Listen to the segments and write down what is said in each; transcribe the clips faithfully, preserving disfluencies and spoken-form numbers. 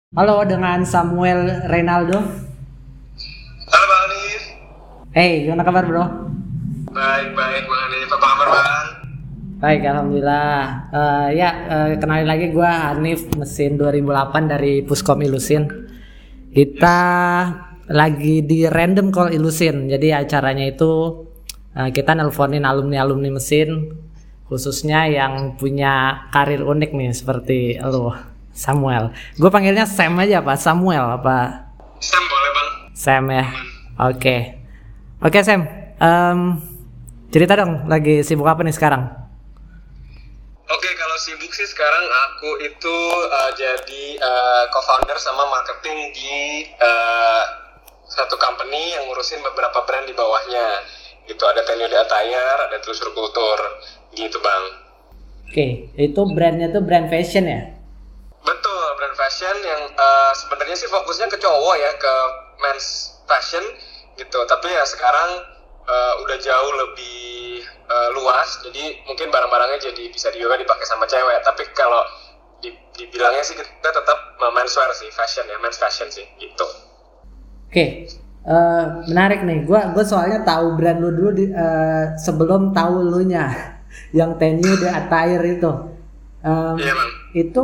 Halo, dengan Samuel Reynaldo. Halo Bang Hanif. Hey, gimana kabar bro? Baik, baik Bang Hanif. Apa kabar Bang? Baik, alhamdulillah. Eh, ya, eh, kenalin lagi gue Hanif, mesin dua ribu delapan dari Puskom Ilusin. Kita lagi di random call Ilusin. Jadi acaranya itu eh, kita nelponin alumni-alumni mesin, khususnya yang punya karir unik nih seperti lo, Samuel. Gue panggilnya Sam aja apa? Samuel apa? Sam boleh Bang? Sam ya. Oke. Oke Sam. Em, cerita dong, lagi sibuk apa nih sekarang? Oke, kalau sibuk sih sekarang aku itu uh, jadi uh, co-founder sama marketing di uh, satu company yang ngurusin beberapa brand di bawahnya. Gitu, ada Tenyo de Attire, ada Telusur Kultur, gitu Bang. Oke, itu brandnya tuh brand fashion ya? Betul, brand fashion yang uh, sebenarnya sih fokusnya ke cowok ya, ke men's fashion gitu. Tapi ya sekarang uh, udah jauh lebih uh, luas, jadi mungkin barang-barangnya jadi bisa juga dipakai sama cewek. Tapi kalau di, dibilangnya sih kita tetap menswear sih, fashion ya, men's fashion sih gitu. Oke, eh, menarik nih. Gua gue soalnya tahu brand lu dulu di, eh, sebelum tahu lu nya yang Tenyo de Attire itu. Em, Iya Bang. itu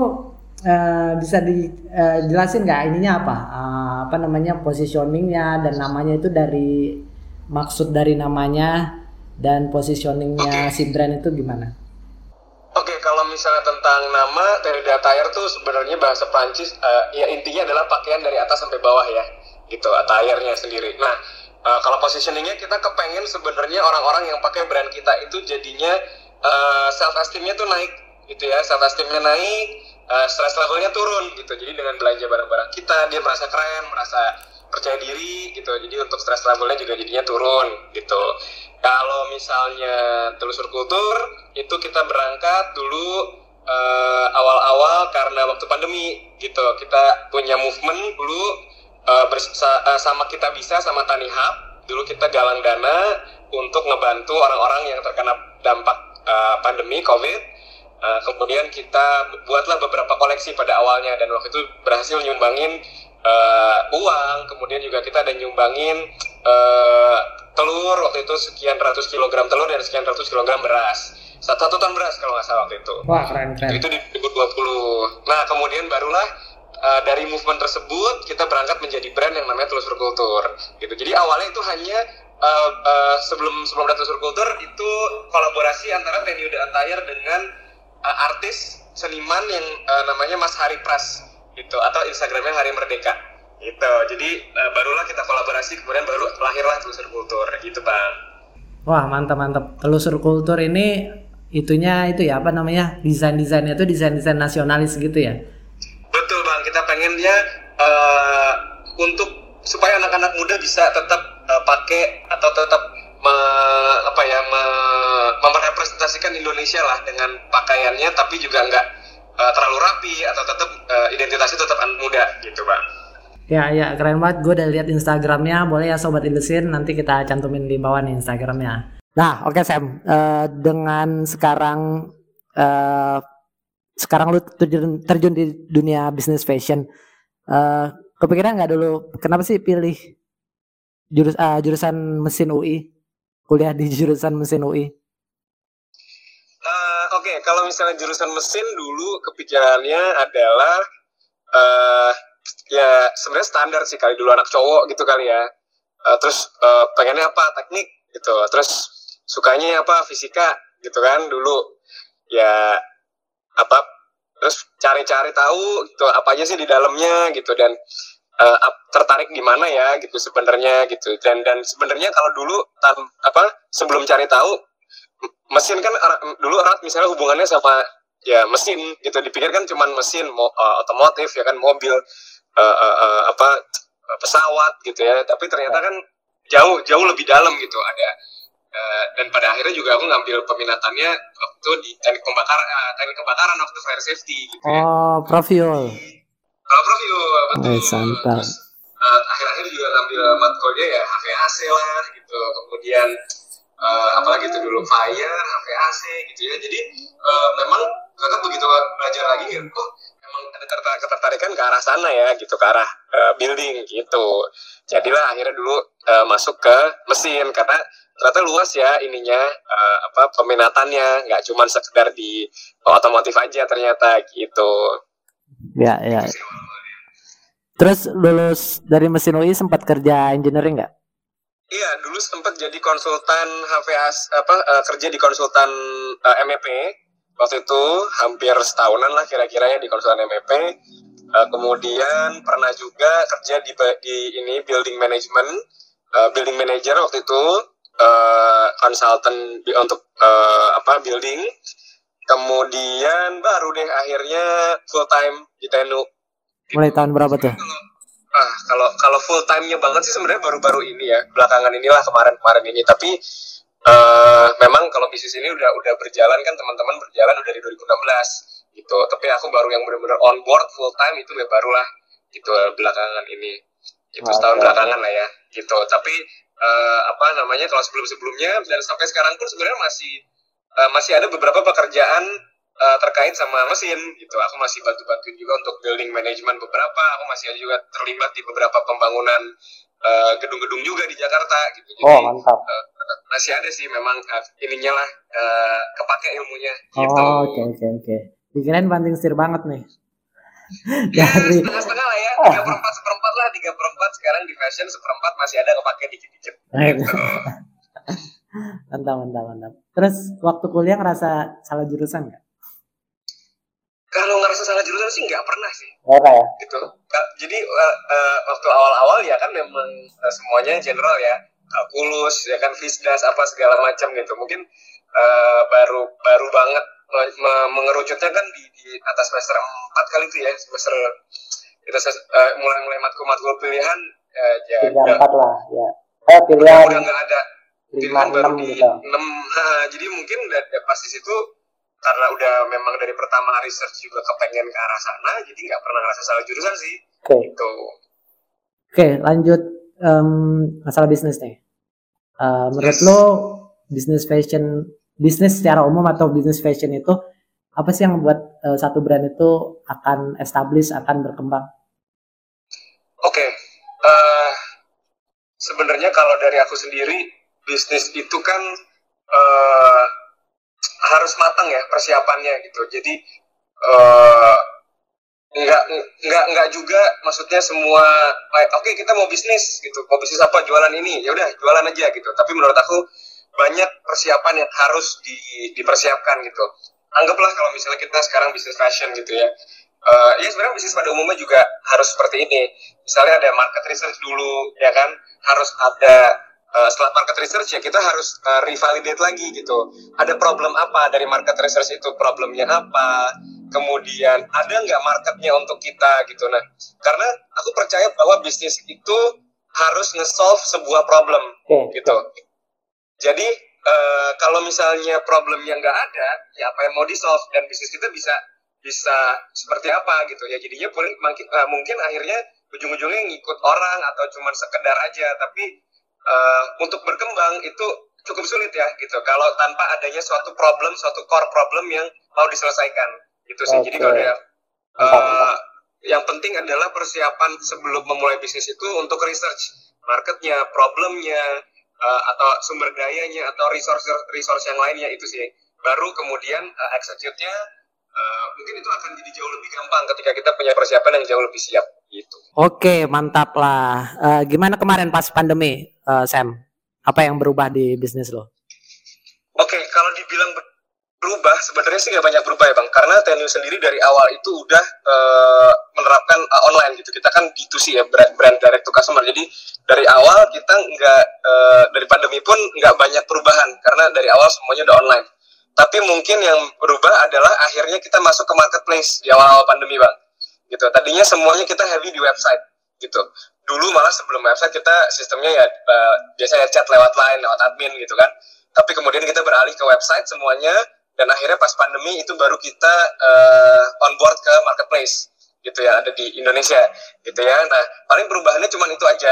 eh, bisa dijelasin nggak ininya apa? Eh, apa namanya positioningnya dan namanya itu dari maksud dari namanya dan positioningnya si brand itu gimana? Oke, kalau misalnya tentang nama Tenyo de Attire tuh sebenarnya bahasa Prancis, uh, ya intinya adalah pakaian dari atas sampai bawah ya, gitu, attire-nya sendiri. Nah, uh, kalau positioningnya kita kepengen sebenarnya orang-orang yang pakai brand kita itu jadinya uh, self esteem-nya tuh naik, gitu ya, self esteem-nya naik, uh, stress levelnya turun, gitu. Jadi dengan belanja barang-barang kita, dia merasa keren, merasa percaya diri, gitu. Jadi untuk stress levelnya juga jadinya turun, gitu. Kalau misalnya Telusur Kultur, itu kita berangkat dulu uh, awal-awal karena waktu pandemi, gitu. Kita punya movement dulu uh, bersa- uh, sama Kita Bisa, sama Tani Hub. Dulu kita galang dana untuk ngebantu orang-orang yang terkena dampak uh, pandemi COVID. Uh, kemudian kita buatlah beberapa koleksi pada awalnya, dan waktu itu berhasil nyumbangin uh, uang. Kemudian juga kita ada nyumbangin uh, telur, waktu itu sekian ratus kilogram telur dan sekian ratus kilogram beras, satu, satu ton beras kalau nggak salah waktu itu. Wah, keren keren. Itu di dua ribu dua puluh. Nah, kemudian barulah uh, dari movement tersebut kita berangkat menjadi brand yang namanya Telusur Kultur, gitu. Jadi awalnya itu hanya uh, uh, sebelum sebelum ada Telusur Kultur itu kolaborasi antara Tenyo de Attire dengan uh, artis seniman yang uh, namanya Mas Hari Pras, gitu, atau Instagramnya Hari Merdeka, gitu. Jadi uh, barulah kita kolaborasi, kemudian baru lahirlah Telusur Kultur, gitu Bang. Wah, mantap mantap. Telusur Kultur ini itunya itu ya apa namanya? Desain-desainnya itu desain-desain nasionalis gitu ya. Betul Bang, kita pengennya uh, untuk supaya anak-anak muda bisa tetap uh, pakai atau tetap me, apa ya me, merepresentasikan Indonesia lah dengan pakaiannya, tapi juga nggak uh, terlalu rapi atau tetap uh, identitasnya tetap anak muda, gitu Bang. Ya ya, keren banget. Gue udah lihat Instagramnya. Boleh ya Sobat Ilusin, nanti kita cantumin di bawah nih Instagramnya. Nah, oke Sam. Eh, dengan sekarang eh, sekarang lu terjun, terjun di dunia bisnis fashion, eh, kepikiran nggak dulu kenapa sih pilih jurus ah, jurusan mesin U I, kuliah di jurusan mesin U I? Uh, Oke, okay, kalau misalnya jurusan mesin dulu kepikirannya adalah uh, ya sebenarnya standar sih kali, dulu anak cowok gitu kali ya. Uh, terus uh, pengennya apa, teknik gitu. Terus sukanya apa, fisika gitu kan dulu. Ya apa, terus cari-cari tahu gitu apa aja sih di dalamnya gitu, dan uh, tertarik di mana ya gitu sebenarnya gitu. Dan dan sebenarnya kalau dulu tan, apa sebelum cari tahu mesin kan dulu erat misalnya hubungannya sama ya mesin gitu, dipikirkan cuman mesin mo, uh, otomotif ya kan, mobil, uh, uh, uh, apa pesawat gitu ya, tapi ternyata kan jauh jauh lebih dalam gitu ada. Uh, dan pada akhirnya juga aku ngambil peminatannya waktu di teknik pembakaran, uh, teknik kebakaran waktu fire safety gitu ya. Oh, profil. Kalau profil betul. Eh, santai. Terus uh, akhir-akhir juga ngambil matkulnya ya H V A C lah gitu. Kemudian uh, apalagi itu dulu fire, H V A C gitu ya. Jadi uh, memang kakak begitu belajar lagi gitu, oh emang ada ketertar- ketertarikan ke arah sana ya gitu, ke arah uh, building gitu. Jadilah akhirnya dulu uh, masuk ke mesin karena ternyata luas ya ininya, uh, apa peminatannya, nggak cuma sekedar di otomotif aja ternyata gitu. Ya, ya. Terus lulus dari mesin U I sempat kerja engineering nggak? Iya, dulu sempat jadi konsultan H V A, apa uh, kerja di konsultan uh, M E P. Waktu itu hampir setahunan lah kira-kira ya di konsultan M E P. Uh, kemudian pernah juga kerja di di ini building management, uh, building manager waktu itu, uh, consultant di, untuk uh, apa building. Kemudian baru deh akhirnya full time di Tenu. Mulai tahun berapa tuh? Ah, kalau kalau full time-nya banget sih sebenarnya baru-baru ini ya, belakangan inilah kemarin-kemarin ini. Tapi uh, memang kalau bisnis ini udah udah berjalan kan, teman-teman berjalan udah dari dua ribu enam belas gitu. Tapi aku baru yang benar-benar on board full time itu ya barulah gitu belakangan ini. Itu setahun belakangan lah ya gitu. Tapi uh, apa namanya kalau sebelum-sebelumnya dan sampai sekarang pun sebenarnya masih uh, masih ada beberapa pekerjaan Uh, terkait sama mesin gitu. Aku masih bantu-bantuin juga untuk building management beberapa. Aku masih juga terlibat di beberapa pembangunan uh, gedung-gedung juga di Jakarta gitu. Jadi, oh mantap. Uh, masih ada sih memang uh, ininya lah uh, kepake ilmunya. Gitu. Oh oke oke oke. Dikirain banting setir banget nih. Ya dari... setengah-setengah lah ya. Tiga perempat seperempat lah. Tiga perempat sekarang di fashion seperempat masih ada kepake dikit-dikit. Gitu. Mantap mantap mantap. Terus waktu kuliah ngerasa salah jurusan nggak? Kalau ngerasa salah jurusan sih nggak pernah sih. Nggak ya? Gitu. Jadi uh, uh, waktu awal-awal ya kan memang uh, semuanya general ya, kalkulus ya kan, fisdas apa segala macam gitu. Mungkin uh, baru baru banget me- mengerucutnya kan di, di atas semester empat kali itu ya, semester itu uh, mulai-mulai matkul-matkul pilihan uh, ya empat lah ya. Eh pilihan udah nggak ada pilihan baru di gitu. enam. Nah, jadi mungkin pas di situ karena udah memang dari pertama research juga kepengen ke arah sana, jadi nggak pernah ngerasa salah jurusan sih. Oke. Okay. Gitu. Oke, okay, lanjut um, masalah bisnis nih. Uh, menurut yes. lo bisnis fashion, bisnis secara umum atau bisnis fashion itu apa sih yang membuat uh, satu brand itu akan establish, akan berkembang? Oke, okay. uh, sebenarnya kalau dari aku sendiri bisnis itu kan uh, harus matang ya persiapannya gitu. Jadi uh, nggak nggak nggak juga maksudnya semua oke okay, kita mau bisnis gitu, mau bisnis apa, jualan ini ya udah jualan aja gitu. Tapi menurut aku banyak persiapan yang harus di, dipersiapkan gitu. Anggaplah kalau misalnya kita sekarang bisnis fashion gitu ya, uh, ya sebenarnya bisnis pada umumnya juga harus seperti ini. Misalnya ada market research dulu ya kan, harus ada Uh, setelah market research ya kita harus uh, revalidate lagi gitu. Ada problem apa dari market research itu, problemnya apa, kemudian ada nggak marketnya untuk kita gitu. Nah, karena aku percaya bahwa bisnis itu harus nge-solve sebuah problem okay. gitu. Jadi uh, kalau misalnya problemnya nggak ada, ya apa yang mau di-solve, dan bisnis kita bisa bisa seperti apa gitu ya. Jadinya mungkin, uh, mungkin akhirnya ujung-ujungnya ngikut orang atau cuma sekedar aja, tapi Uh, untuk berkembang itu cukup sulit ya gitu kalau tanpa adanya suatu problem, suatu core problem yang mau diselesaikan gitu sih. Okay. Jadi kalau ada uh, yang penting adalah persiapan sebelum memulai bisnis itu untuk research marketnya, problemnya, uh, atau sumber dayanya atau resource resource yang lainnya itu sih. Baru kemudian uh, execute-nya uh, mungkin itu akan jadi jauh lebih gampang ketika kita punya persiapan yang jauh lebih siap gitu. Oke, mantap lah. Uh, gimana kemarin pas pandemi? Uh, Sam, apa yang berubah di bisnis lo? Oke, okay, kalau dibilang berubah, sebenarnya sih nggak banyak berubah ya Bang, karena Tenu sendiri dari awal itu udah uh, menerapkan uh, online gitu. Kita kan D dua C ya, brand, brand direct to customer. Jadi dari awal kita nggak, uh, dari pandemi pun nggak banyak perubahan, karena dari awal semuanya udah online. Tapi mungkin yang berubah adalah akhirnya kita masuk ke marketplace di awal-awal pandemi Bang. Gitu. Tadinya semuanya kita heavy di website gitu. Dulu malah sebelum website kita sistemnya ya uh, biasanya chat lewat line, lewat admin gitu kan. Tapi kemudian kita beralih ke website semuanya, dan akhirnya pas pandemi itu baru kita uh, on board ke marketplace gitu ya, ada di Indonesia gitu ya. Nah paling perubahannya cuma itu aja,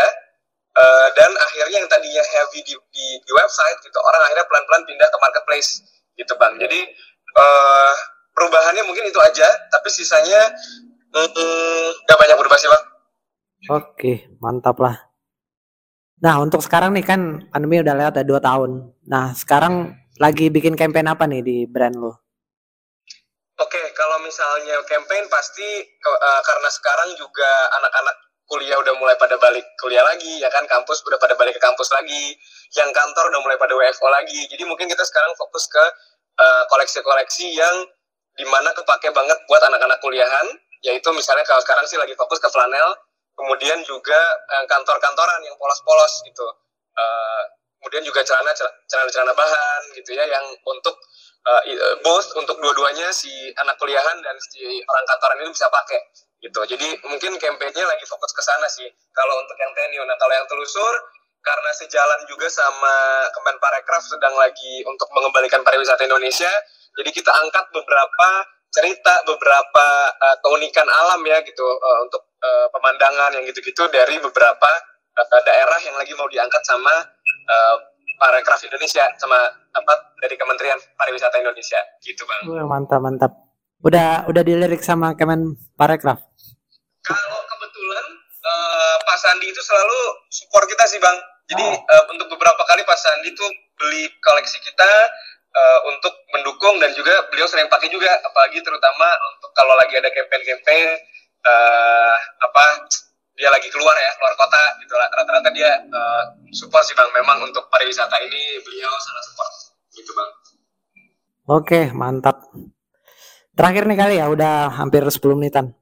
uh, dan akhirnya yang tadinya heavy di, di, di website gitu, orang akhirnya pelan-pelan pindah ke marketplace gitu Bang. Jadi uh, perubahannya mungkin itu aja, tapi sisanya Hmm, gak banyak berubah sih bang. Oke, mantap lah. Nah, untuk sekarang nih kan pandemi udah lewat ya dua tahun. Nah, sekarang lagi bikin campaign apa nih di brand lo? Oke, kalau misalnya campaign pasti ke- eh, karena sekarang juga anak-anak kuliah udah mulai pada balik kuliah lagi, ya kan, kampus udah pada balik ke kampus lagi, yang kantor udah mulai pada W F O lagi. Jadi mungkin kita sekarang fokus ke eh, koleksi-koleksi yang dimana kepake banget buat anak-anak kuliahan, yaitu misalnya kalau sekarang sih lagi fokus ke flanel, kemudian juga eh, kantor-kantoran yang polos-polos gitu. Eh, kemudian juga celana celana-celana bahan gitu ya, yang untuk uh, both untuk dua-duanya si anak kuliahan dan si orang kantoran ini bisa pakai gitu. Jadi mungkin campaign-nya lagi fokus ke sana sih. Kalau untuk yang Tenio, nah kalau yang Telusur karena sejalan juga sama Kemenparekraf sedang lagi untuk mengembalikan pariwisata Indonesia, jadi kita angkat beberapa cerita, beberapa uh, keunikan alam ya gitu uh, untuk uh, pemandangan yang gitu-gitu dari beberapa uh, daerah yang lagi mau diangkat sama uh, Parekraf Indonesia, sama apa dari Kementerian Pariwisata Indonesia gitu bang. Wah, mantap mantap. Udah udah dilirik sama Kemenparekraf. Kalau kebetulan uh, Pak Sandi itu selalu support kita sih bang. Jadi oh. uh, untuk beberapa kali Pak Sandi tuh beli koleksi kita uh, untuk mendukung, dan juga beliau sering pakai juga, apalagi terutama untuk kalau lagi ada campaign-campaign uh, apa dia lagi keluar ya, keluar kota gitu lah. Rata-rata dia uh, support sih bang. Memang untuk pariwisata ini beliau sangat support gitu bang. Oke, mantap. Terakhir nih kali ya, udah hampir sepuluh menitan.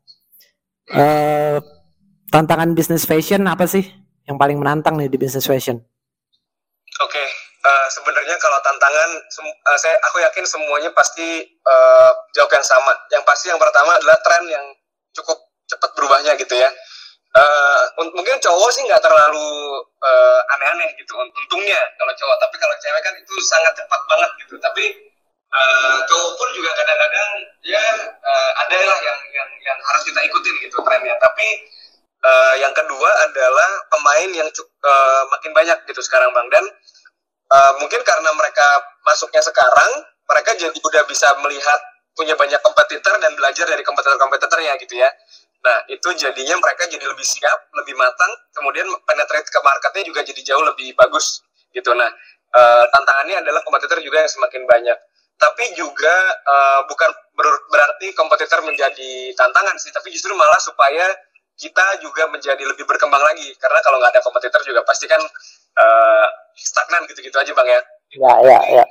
Uh, tantangan bisnis fashion apa sih yang paling menantang nih di bisnis fashion? Oke, okay. uh, sebenarnya kalau tantangan, sem- uh, saya aku yakin semuanya pasti uh, jawab yang sama. Yang pasti yang pertama adalah tren yang cukup cepat berubahnya gitu ya. Uh, mungkin cowok sih nggak terlalu uh, aneh-aneh gitu, untungnya kalau cowok. Tapi kalau cewek kan itu sangat cepat banget gitu. Tapi uh, cowok pun juga kadang-kadang ya uh, ada lah yang yang yang harus kita ikutin gitu trennya. Tapi uh, yang kedua adalah pemain yang uh, makin banyak gitu sekarang bang. Dan uh, mungkin karena mereka masuknya sekarang, mereka jadi udah bisa melihat, punya banyak kompetitor dan belajar dari kompetitor-kompetitornya gitu ya. Nah, itu jadinya mereka jadi lebih siap, lebih matang, kemudian penetrate ke marketnya juga jadi jauh lebih bagus gitu. Nah, uh, tantangannya adalah kompetitor juga yang semakin banyak. Tapi juga uh, bukan ber- berarti kompetitor menjadi tantangan sih, tapi justru malah supaya kita juga menjadi lebih berkembang lagi. Karena kalau nggak ada kompetitor juga pasti kan uh, stagnan gitu-gitu aja bang ya. Ya, ya, ya.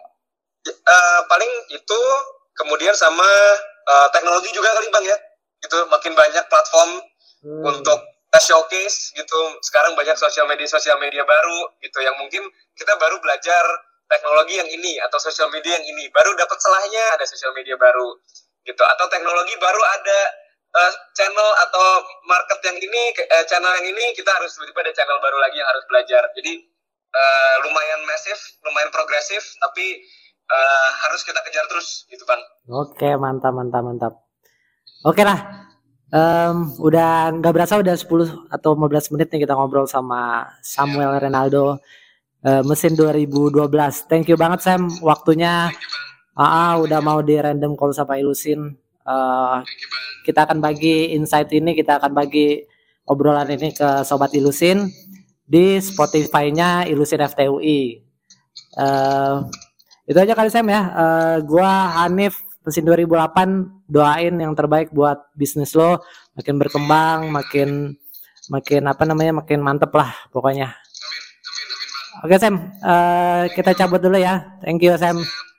Uh, paling itu, kemudian sama uh, teknologi juga kali bang ya. Itu makin banyak platform hmm. untuk showcase gitu. Sekarang banyak sosial media sosial media baru gitu, yang mungkin kita baru belajar teknologi yang ini atau sosial media yang ini, baru dapat celahnya ada sosial media baru gitu, atau teknologi baru ada uh, channel atau market yang ini, uh, channel yang ini, kita harus tiba-tiba ada channel baru lagi yang harus belajar. Jadi uh, lumayan masif, lumayan progresif, tapi uh, harus kita kejar terus gitu bang. Oke, mantap mantap mantap. Oke lah, um, udah nggak berasa udah sepuluh atau lima belas menit nih kita ngobrol sama Samuel Renaldo, uh, mesin dua ribu dua belas. Thank you banget Sam, waktunya. Ah, udah mau di random call sama Ilusin. Uh, kita akan bagi insight ini, kita akan bagi obrolan ini ke Sobat Ilusin di Spotify-nya Ilusin F T U I. Uh, itu aja kali Sam ya. Uh, gua Hanif, mesin dua ribu delapan, doain yang terbaik buat bisnis lo, makin berkembang, makin makin apa namanya, makin mantep lah pokoknya. Oke Sam, uh, kita cabut dulu ya. Thank you Sam.